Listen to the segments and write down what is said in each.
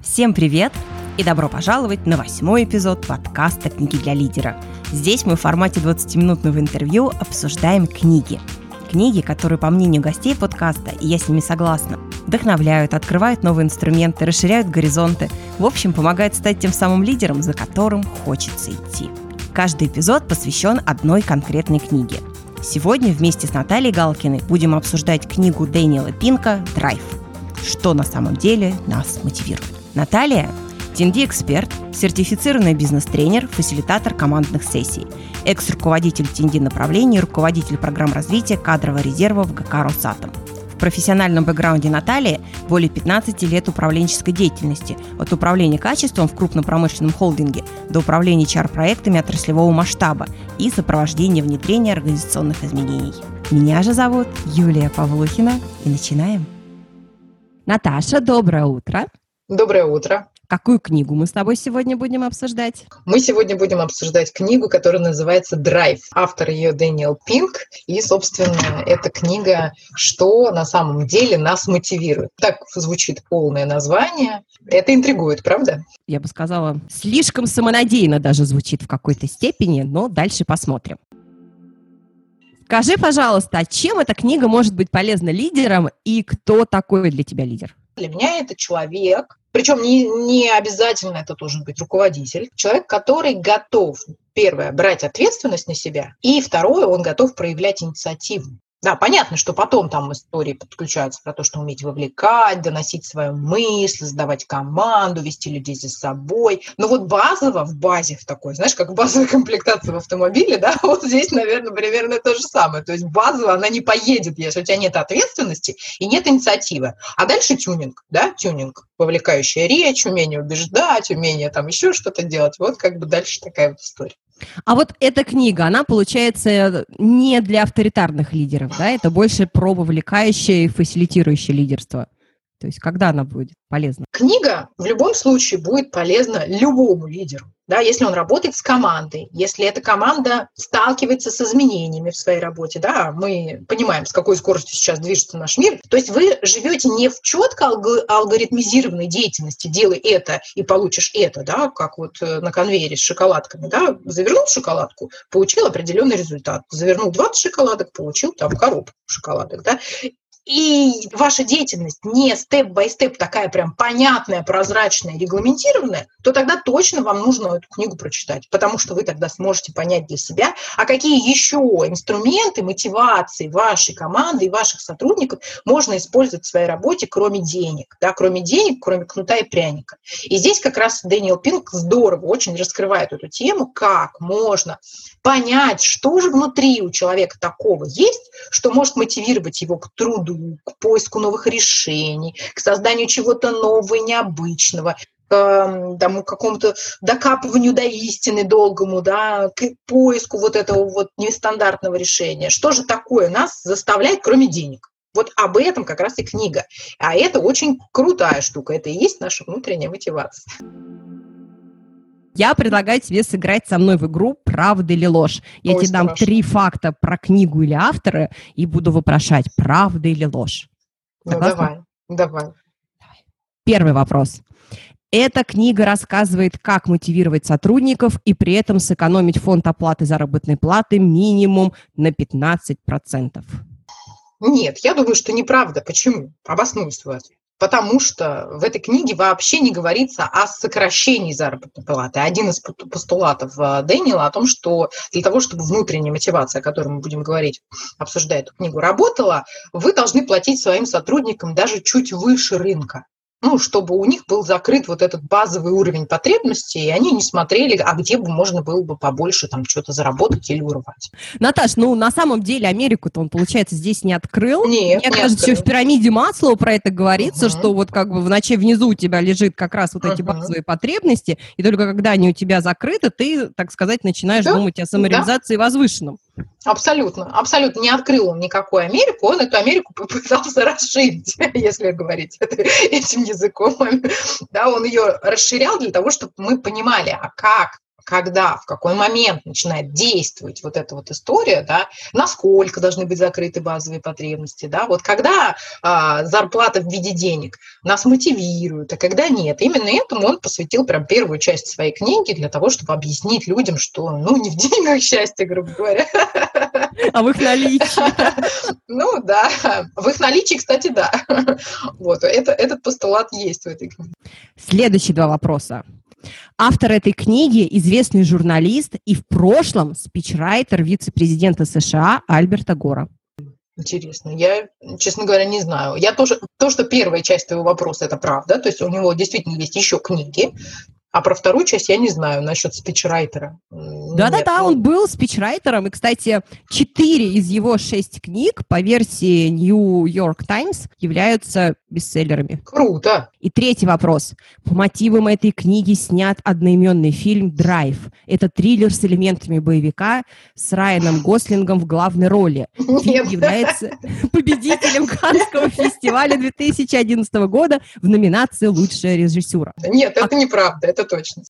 Всем привет и добро пожаловать на 8-й эпизод подкаста «Книги для лидера». Здесь мы в формате 20-минутного интервью обсуждаем книги. Книги, которые, по мнению гостей подкаста, и я с ними согласна, вдохновляют, открывают новые инструменты, расширяют горизонты, в общем, помогают стать тем самым лидером, за которым хочется идти. Каждый эпизод посвящен одной конкретной книге. Сегодня вместе с Натальей Галкиной будем обсуждать книгу Дэниела Пинка «Драйв». Что на самом деле нас мотивирует. Наталья – TND-эксперт, сертифицированный бизнес-тренер, фасилитатор командных сессий, экс-руководитель TND-направлений, руководитель программ развития кадрового резерва в ГК «Росатом». В профессиональном бэкграунде Натальи более 15 лет управленческой деятельности, от управления качеством в крупном промышленном холдинге до управления HR-проектами отраслевого масштаба и сопровождения внедрения организационных изменений. Меня же зовут Юлия Павлухина, и начинаем. Наташа, доброе утро. Доброе утро. Какую книгу мы с тобой сегодня будем обсуждать? Мы сегодня будем обсуждать книгу, которая называется «Драйв». Автор ее Дэниел Пинк. И, собственно, эта книга «Что на самом деле нас мотивирует». Так звучит полное название. Это интригует, правда? Я бы сказала, слишком самонадеянно даже звучит в какой-то степени, но дальше посмотрим. Скажи, пожалуйста, чем эта книга может быть полезна лидерам и кто такой для тебя лидер? Для меня это человек, причем не обязательно это должен быть руководитель, человек, который готов, первое, брать ответственность на себя, и второе, он готов проявлять инициативу. Да, понятно, что потом там истории подключаются про то, что уметь вовлекать, доносить свою мысль, создавать команду, вести людей за собой. Но вот базово, в базе в такой, знаешь, как базовая комплектация в автомобиле, да, вот здесь, наверное, примерно то же самое. То есть базово она не поедет, если у тебя нет ответственности и нет инициативы. А дальше тюнинг, да, тюнинг, вовлекающая речь, умение убеждать, умение там еще что-то делать. Вот как бы дальше такая вот история. А вот эта книга, она, получается, не для авторитарных лидеров, да? Это больше про вовлекающее и фасилитирующее лидерство. То есть когда она будет полезна? Книга в любом случае будет полезна любому лидеру. Да, если он работает с командой, если эта команда сталкивается с изменениями в своей работе, да, мы понимаем, с какой скоростью сейчас движется наш мир. То есть вы живете не в четко алгоритмизированной деятельности, делай это и получишь это, да, как вот на конвейере с шоколадками, да, завернул шоколадку, получил определенный результат, завернул 20 шоколадок, получил там коробку шоколадок, да. И ваша деятельность не степ-бай-степ такая прям понятная, прозрачная, регламентированная, то тогда точно вам нужно эту книгу прочитать, потому что вы тогда сможете понять для себя, а какие еще инструменты мотивации вашей команды и ваших сотрудников можно использовать в своей работе, кроме денег, да, кроме кнута и пряника. И здесь как раз Дэниел Пинк здорово очень раскрывает эту тему, как можно понять, что же внутри у человека такого есть, что может мотивировать его к труду, к поиску новых решений, к созданию чего-то нового и необычного, к какому-то докапыванию до истины долгому, да, к поиску вот этого вот нестандартного решения. Что же такое нас заставляет, кроме денег? Вот об этом как раз и книга. А это очень крутая штука. Это и есть наша внутренняя мотивация. Я предлагаю тебе сыграть со мной в игру «Правда или ложь». Я тебе дам 3 факта про книгу или автора и буду вопрошать, правда или ложь. Согласна? Ну, давай. Первый вопрос. Эта книга рассказывает, как мотивировать сотрудников и при этом сэкономить фонд оплаты заработной платы минимум на 15%. Нет, я думаю, что неправда. Почему? Обосную свой ответ. Потому что в этой книге вообще не говорится о сокращении заработной платы. Один из постулатов Дэниела о том, что для того, чтобы внутренняя мотивация, о которой мы будем говорить, обсуждая эту книгу, работала, вы должны платить своим сотрудникам даже чуть выше рынка. Чтобы у них был закрыт вот этот базовый уровень потребностей, и они не смотрели, а где бы можно было бы побольше там что-то заработать или урвать. Наташ, на самом деле Америку-то он, получается, здесь не открыл. Нет, мне кажется, еще в пирамиде Маслоу про это говорится, что вот как бы внизу у тебя лежит как раз вот эти базовые потребности, и только когда они у тебя закрыты, ты, так сказать, начинаешь думать о самореализации возвышенном. Абсолютно, абсолютно. Не открыл он никакую Америку, он эту Америку попытался расширить, если говорить этим языком. Да, он ее расширял для того, чтобы мы понимали, а как когда, в какой момент начинает действовать вот эта вот история, да, насколько должны быть закрыты базовые потребности, да, вот когда зарплата в виде денег нас мотивирует, а когда нет. Именно этому он посвятил прям первую часть своей книги для того, чтобы объяснить людям, что, ну, не в деньгах счастье, грубо говоря. А в их наличии. Ну, да. В их наличии, кстати, да. Вот, этот постулат есть в этой книге. Следующие два вопроса. Автор этой книги – известный журналист и в прошлом спичрайтер вице-президента США Альберта Гора. Интересно. Я, честно говоря, не знаю. Я тоже, то, что первая часть твоего вопроса, это правда. То есть у него действительно есть еще книги. А про вторую часть я не знаю насчет спичрайтера. Да-да-да, он был спичрайтером. И, кстати, 4 из его 6 книг по версии New York Times являются бестселлерами. Круто. И третий вопрос. По мотивам этой книги снят одноименный фильм «Драйв». Это триллер с элементами боевика с Райаном Гослингом в главной роли. Фильм является победителем Каннского фестиваля 2011 года в номинации «Лучшая режиссура». Нет, это неправда, это точно.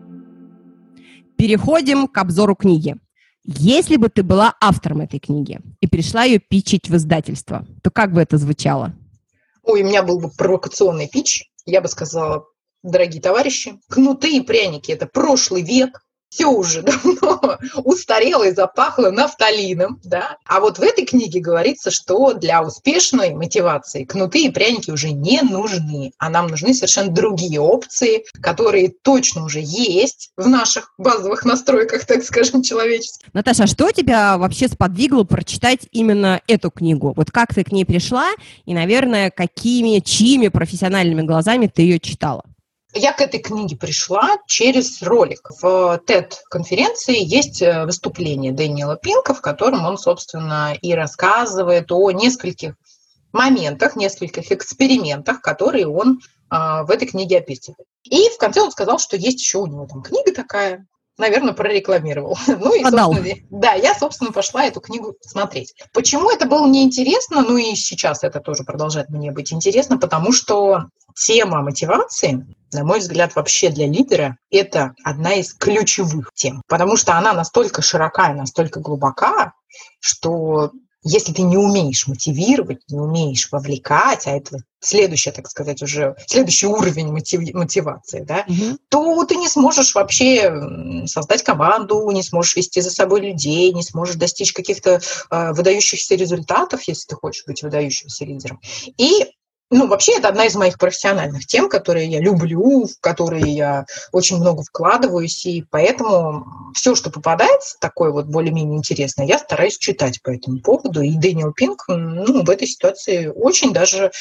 Переходим к обзору книги. Если бы ты была автором этой книги и пришла ее питчить в издательство, то как бы это звучало? Ой, у меня был бы провокационный питч. Я бы сказала: дорогие товарищи, кнуты и пряники – это прошлый век. Все уже давно устарело и запахло нафталином, да. А вот в этой книге говорится, что для успешной мотивации кнуты и пряники уже не нужны, а нам нужны совершенно другие опции, которые точно уже есть в наших базовых настройках, так скажем, человеческих. Наташа, а что тебя вообще сподвигло прочитать именно эту книгу? Вот как ты к ней пришла и, наверное, чьими профессиональными глазами ты ее читала? Я к этой книге пришла через ролик. В TED-конференции есть выступление Дэниела Пинка, в котором он, собственно, и рассказывает о нескольких моментах, нескольких экспериментах, которые он в этой книге описывает. И в конце он сказал, что есть еще у него там книга такая, наверное, прорекламировал. Ну и, собственно, да, я, собственно, пошла эту книгу смотреть. Почему это было неинтересно? Ну и сейчас это тоже продолжает мне быть интересно, потому что тема мотивации, на мой взгляд, вообще для лидера это одна из ключевых тем, потому что она настолько широка и настолько глубока, что если ты не умеешь мотивировать, не умеешь вовлекать, а это следующий, так сказать, уже следующий уровень мотивации, да, то ты не сможешь вообще создать команду, не сможешь вести за собой людей, не сможешь достичь каких-то выдающихся результатов, если ты хочешь быть выдающимся лидером. И вообще, это одна из моих профессиональных тем, которые я люблю, в которые я очень много вкладываюсь, и поэтому все, что попадается, такое вот более-менее интересное, я стараюсь читать по этому поводу. И Дэниел Пинк, в этой ситуации очень даже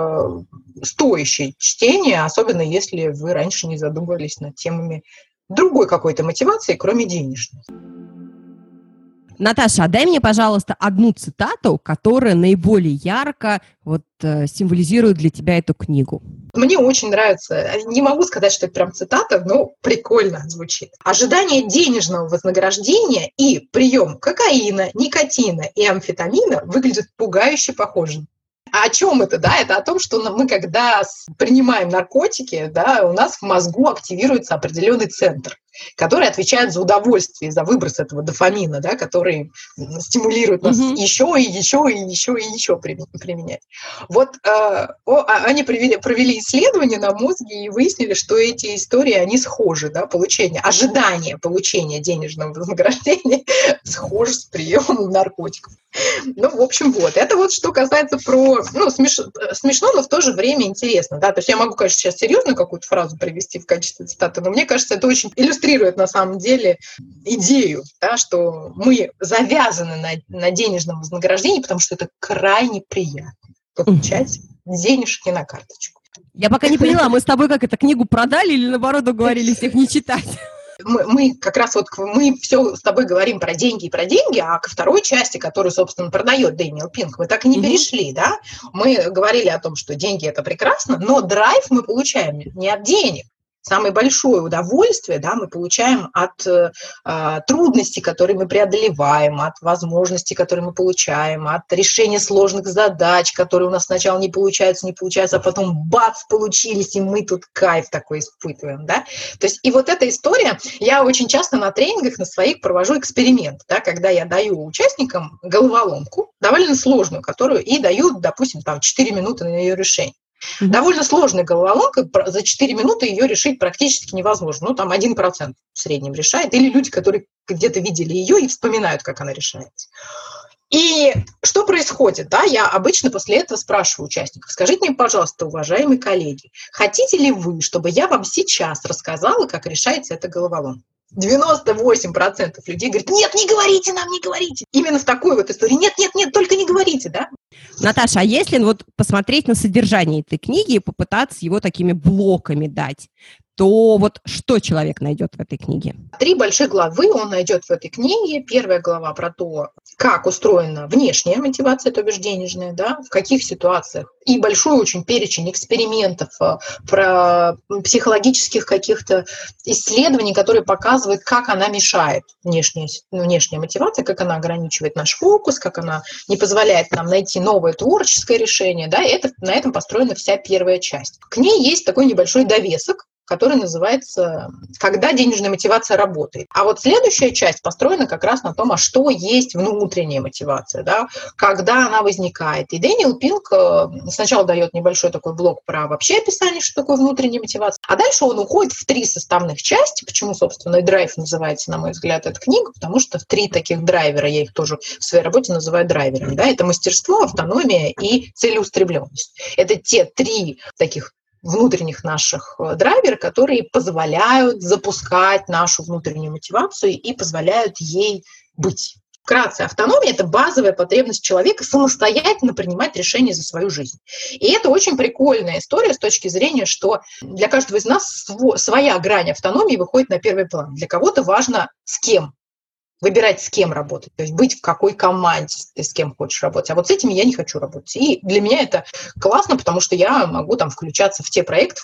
стоящее чтение, особенно если вы раньше не задумывались над темами другой какой-то мотивации, кроме денежной. Наташа, а дай мне, пожалуйста, одну цитату, которая наиболее ярко символизирует для тебя эту книгу. Мне очень нравится, не могу сказать, что это прям цитата, но прикольно звучит. Ожидание денежного вознаграждения и прием кокаина, никотина и амфетамина выглядят пугающе похожими. А о чем это? Да? Это о том, что мы, когда принимаем наркотики, да, у нас в мозгу активируется определенный центр, который отвечает за удовольствие, за выброс этого дофамина, да, который стимулирует нас еще и еще применять. Вот они провели исследования на мозге и выяснили, что эти истории, они схожи, да, ожидание получения денежного вознаграждения схоже с приемом наркотиков. В общем, вот. Это вот что касается смешно, но в то же время интересно, да, то есть я могу, конечно, сейчас серьезно какую-то фразу привести в качестве цитаты, но мне кажется, это очень иллюстрирует на самом деле идею, да, что мы завязаны на денежном вознаграждении, потому что это крайне приятно получать денежки на карточку. Я пока не поняла, мы с тобой как это, книгу продали или наоборот договорились их не читать? Мы как раз мы все с тобой говорим про деньги, а ко второй части, которую, собственно, продает Дэниел Пинк, мы так и не перешли, да? Мы говорили о том, что деньги – это прекрасно, но драйв мы получаем не от денег. самое большое удовольствие, да, мы получаем от трудностей, которые мы преодолеваем, от возможностей, которые мы получаем, от решения сложных задач, которые у нас сначала не получаются, а потом бац, получились, и мы тут кайф такой испытываем, да. То есть и вот эта история, я очень часто на тренингах на своих провожу эксперимент, да, когда я даю участникам головоломку, довольно сложную, которую и даю, допустим, там 4 минуты на ее решение. Довольно сложная головоломка, за 4 минуты ее решить практически невозможно. Ну, там 1% в среднем решает. Или люди, которые где-то видели ее и вспоминают, как она решается. И что происходит? Да, я обычно после этого спрашиваю участников: скажите мне, пожалуйста, уважаемые коллеги, хотите ли вы, чтобы я вам сейчас рассказала, как решается эта головоломка? 98% людей говорят: нет, не говорите нам, не говорите. Именно в такой вот истории: нет, только не говорите, да? Наташа, а если вот посмотреть на содержание этой книги и попытаться его такими блоками дать, то вот что человек найдет в этой книге? 3 больших главы он найдет в этой книге. Первая глава про то, как устроена внешняя мотивация, то бишь денежная, да, в каких ситуациях. И большой очень перечень экспериментов, про психологических каких-то исследований, которые показывают, как она мешает, внешняя мотивация, как она ограничивает наш фокус, как она не позволяет нам найти новое творческое решение. Да, и на этом построена вся первая часть. К ней есть такой небольшой довесок, который называется «Когда денежная мотивация работает». А вот следующая часть построена как раз на том, а что есть внутренняя мотивация, да, когда она возникает. И Дэниел Пинк сначала дает небольшой такой блок про вообще описание, что такое внутренняя мотивация, а дальше он уходит в 3 составных части. Почему, собственно, и драйв называется, на мой взгляд, эта книга, потому что в 3 таких драйвера, я их тоже в своей работе называю драйверами, да, это мастерство, автономия и целеустремленность. Это те 3 таких внутренних наших драйвера, которые позволяют запускать нашу внутреннюю мотивацию и позволяют ей быть. Вкратце, автономия – это базовая потребность человека самостоятельно принимать решения за свою жизнь. И это очень прикольная история с точки зрения, что для каждого из нас своя грань автономии выходит на первый план. Для кого-то важно с кем. Выбирать, с кем работать, то есть быть в какой команде ты с кем хочешь работать. А вот с этими я не хочу работать. И для меня это классно, потому что я могу там включаться в те проекты,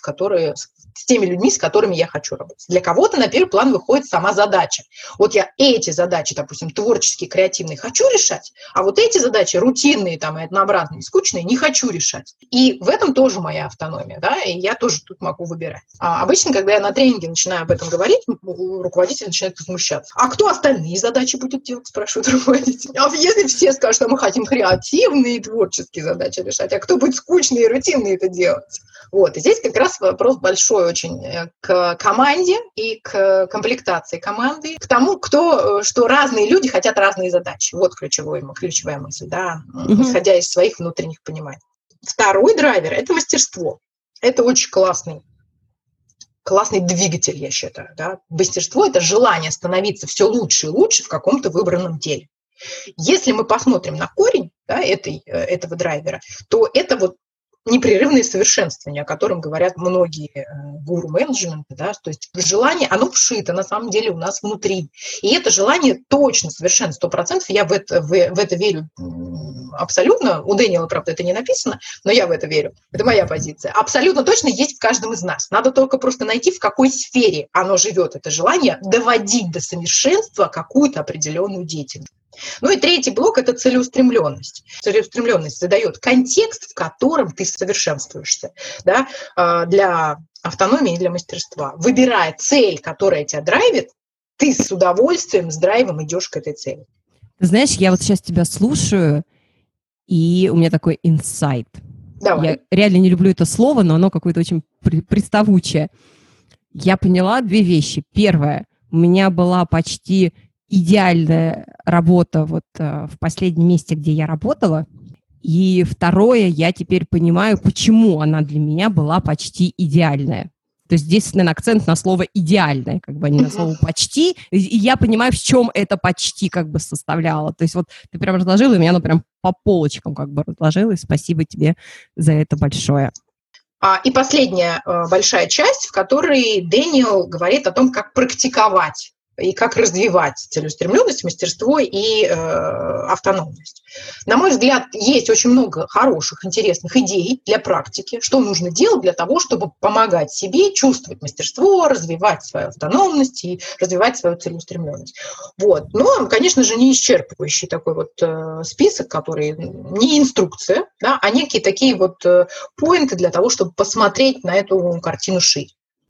с теми людьми, с которыми я хочу работать. Для кого-то на первый план выходит сама задача. Вот я эти задачи, допустим, творческие, креативные, хочу решать, а вот эти задачи рутинные, там, и однообразные, скучные, не хочу решать. И в этом тоже моя автономия, да, и я тоже тут могу выбирать. А обычно, когда я на тренинге начинаю об этом говорить, руководитель начинает возмущаться. А кто остальные задачи будет делать, спрашивает руководитель. А если все скажут, что мы хотим креативные, творческие задачи решать, а кто будет скучные и рутинные это делать? Вот. И здесь как раз вопрос большой очень к команде и к комплектации команды, к тому, что разные люди хотят разные задачи. Вот ключевая мысль, да, исходя из своих внутренних пониманий. Второй драйвер – это мастерство. Это очень классный двигатель, я считаю. Да? Мастерство – это желание становиться все лучше и лучше в каком-то выбранном деле. Если мы посмотрим на корень, да, этого драйвера, то это вот непрерывное совершенствование, о котором говорят многие гуру менеджмента, да, то есть желание, оно вшито на самом деле у нас внутри. И это желание точно совершенно 100%, я в это верю абсолютно, у Дэниела, правда, это не написано, но я в это верю, это моя позиция, абсолютно точно есть в каждом из нас. Надо только просто найти, в какой сфере оно живет, это желание доводить до совершенства какую-то определенную деятельность. Ну и третий блок – это целеустремленность. Целеустремленность задает контекст, в котором ты совершенствуешься, да, для автономии и для мастерства. Выбирая цель, которая тебя драйвит, ты с удовольствием, с драйвом идешь к этой цели. Ты знаешь, я вот сейчас тебя слушаю, и у меня такой инсайт. Давай. Я реально не люблю это слово, но оно какое-то очень приставучее. Я поняла 2 вещи. Первое, у меня была почти идеальная работа вот в последнем месте, где я работала. И второе, я теперь понимаю, почему она для меня была почти идеальная. То есть здесь, наверное, акцент на слово «идеальное», как бы, а не на слово «почти». И я понимаю, в чем это «почти» как бы составляло. То есть вот ты прям разложила, и меня оно прям по полочкам как бы разложилось. Спасибо тебе за это большое. И последняя большая часть, в которой Дэниел говорит о том, как практиковать и как развивать целеустремленность, мастерство и автономность. На мой взгляд, есть очень много хороших, интересных идей для практики, что нужно делать для того, чтобы помогать себе чувствовать мастерство, развивать свою автономность и развивать свою целеустремленность. Вот. Но, конечно же, не исчерпывающий такой вот список, который не инструкция, да, а некие такие вот поинты для того, чтобы посмотреть на эту картину шире.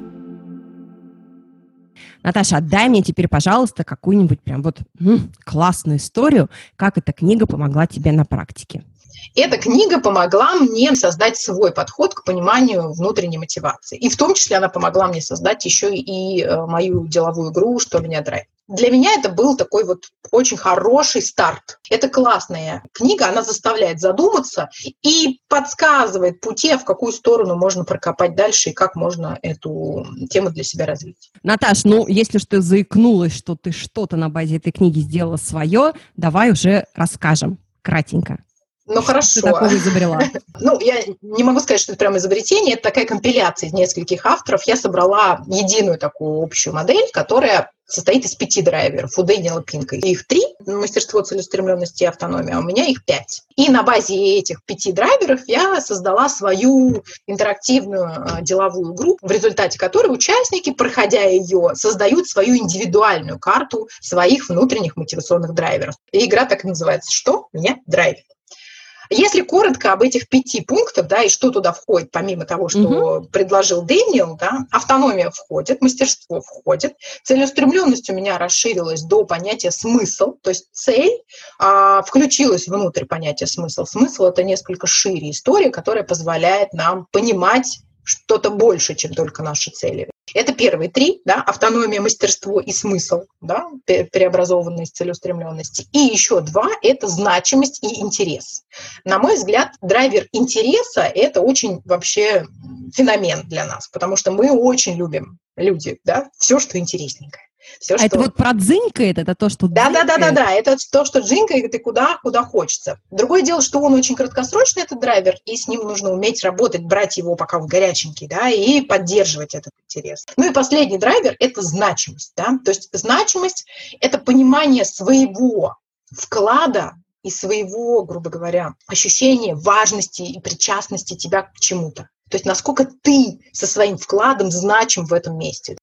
Наташа, отдай мне теперь, пожалуйста, какую-нибудь прям вот классную историю, как эта книга помогла тебе на практике. Эта книга помогла мне создать свой подход к пониманию внутренней мотивации. И в том числе она помогла мне создать еще и мою деловую игру «Что меня драйвит». Для меня это был такой вот очень хороший старт. Это классная книга, она заставляет задуматься и подсказывает пути, в какую сторону можно прокопать дальше и как можно эту тему для себя развить. Наташ, ну, если уж ты заикнулась, что ты что-то на базе этой книги сделала свое, давай уже расскажем кратенько. Ну, хорошо. Что ты такого изобрела? Ну, я не могу сказать, что это прям изобретение. Это такая компиляция из нескольких авторов. Я собрала единую такую общую модель, которая состоит из 5 драйверов. У Дэниела Пинка их 3, мастерство, целеустремленность и автономия, а у меня их 5. И на базе этих 5 драйверов я создала свою интерактивную деловую игру, в результате которой участники, проходя ее, создают свою индивидуальную карту своих внутренних мотивационных драйверов. И игра так и называется «Что меня драйвит?». Если коротко об этих 5 пунктах, да, и что туда входит, помимо того, что предложил Дэниел, да, автономия входит, мастерство входит, целеустремленность у меня расширилась до понятия смысл, то есть цель включилась внутрь понятия смысл. Смысл – это несколько шире история, которая позволяет нам понимать что-то больше, чем только наши цели. Это первые 3, да, автономия, мастерство и смысл, да, преобразованные из целеустремленности. И еще 2 – это значимость и интерес. На мой взгляд, драйвер интереса – это очень вообще феномен для нас, потому что мы очень любим, люди, да, все, что интересненькое. Все, что... Это вот про дзынькает, это то, что дзынькает? Да, это то, что дзынькает и куда хочется. Другое дело, что он очень краткосрочный, этот драйвер, и с ним нужно уметь работать, брать его пока он горяченький, да, и поддерживать этот интерес. Ну и последний драйвер – это значимость, да, то есть значимость – это понимание своего вклада и своего, грубо говоря, ощущения важности и причастности тебя к чему-то. То есть насколько ты со своим вкладом значим в этом месте.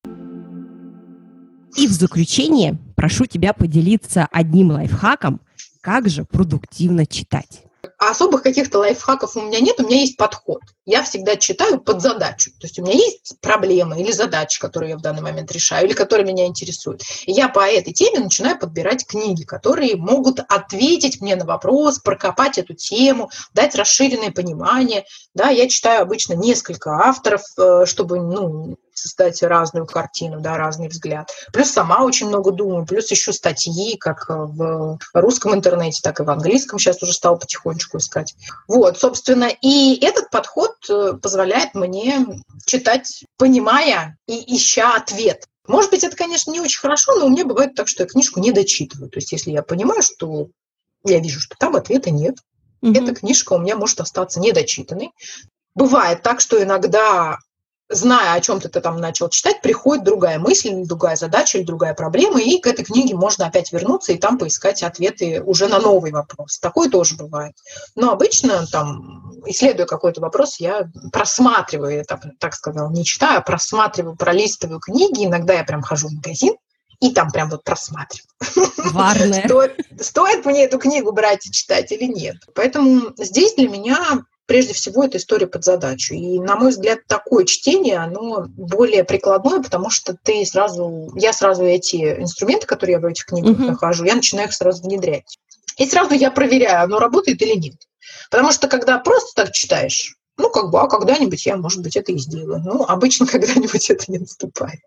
И в заключение прошу тебя поделиться одним лайфхаком, как же продуктивно читать. Особых каких-то лайфхаков у меня нет, у меня есть подход. Я всегда читаю под задачу. То есть у меня есть проблема или задача, которую я в данный момент решаю, или которая меня интересует. И я по этой теме начинаю подбирать книги, которые могут ответить мне на вопрос, прокопать эту тему, дать расширенное понимание. Да, я читаю обычно несколько авторов, чтобы создать разную картину, да, разный взгляд. Плюс сама очень много думаю, плюс ищу статьи, как в русском интернете, так и в английском сейчас уже стала потихонечку искать. Вот, собственно, и этот подход позволяет мне читать, понимая и ища ответ. Может быть, это, конечно, не очень хорошо, но у меня бывает так, что я книжку не дочитываю. То есть если я понимаю, что я вижу, что там ответа нет, эта книжка у меня может остаться недочитанной. Бывает так, что иногда, зная, о чем ты там начал читать, приходит другая мысль, или другая задача, или другая проблема, и к этой книге можно опять вернуться и там поискать ответы уже на новый вопрос. Такое тоже бывает. Но обычно, исследуя какой-то вопрос, я просматриваю, я так сказала, не читаю, а просматриваю, пролистываю книги. Иногда я прям хожу в магазин и там прям вот просматриваю. Варная. Стоит мне эту книгу брать и читать или нет. Поэтому здесь для меня прежде всего, это история под задачу. И, на мой взгляд, такое чтение, оно более прикладное, потому что я сразу эти инструменты, которые я в этих книгах нахожу, я начинаю их сразу внедрять. И сразу я проверяю, оно работает или нет. Потому что, когда просто так читаешь, а когда-нибудь я, может быть, это и сделаю. Обычно когда-нибудь это не наступает.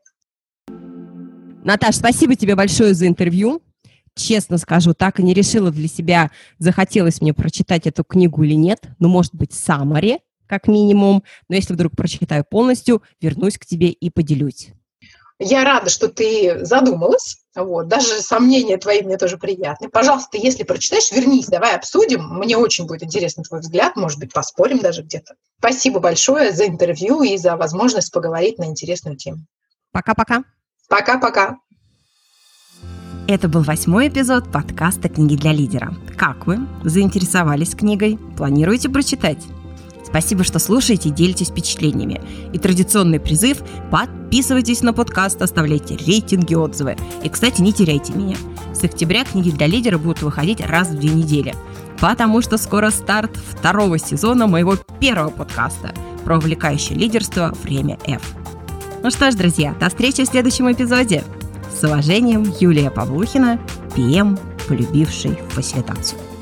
Наташ, спасибо тебе большое за интервью. Честно скажу, так и не решила для себя, захотелось мне прочитать эту книгу или нет. Может быть, summary, как минимум. Но если вдруг прочитаю полностью, вернусь к тебе и поделюсь. Я рада, что ты задумалась. Даже сомнения твои мне тоже приятны. Пожалуйста, если прочитаешь, вернись, давай обсудим. Мне очень будет интересен твой взгляд. Может быть, поспорим даже где-то. Спасибо большое за интервью и за возможность поговорить на интересную тему. Пока-пока. Пока-пока. Это был 8-й эпизод подкаста «Книги для лидера». Как вы? Заинтересовались книгой? Планируете прочитать? Спасибо, что слушаете и делитесь впечатлениями. И традиционный призыв – подписывайтесь на подкаст, оставляйте рейтинги, отзывы. И, кстати, не теряйте меня. С октября книги для лидера будут выходить раз в 2 недели, потому что скоро старт 2-го сезона моего 1-го подкаста про увлекающее лидерство «Время F». Ну что ж, друзья, до встречи в следующем эпизоде. С уважением, Юлия Павлухина, ПМ, полюбивший фасилитацию.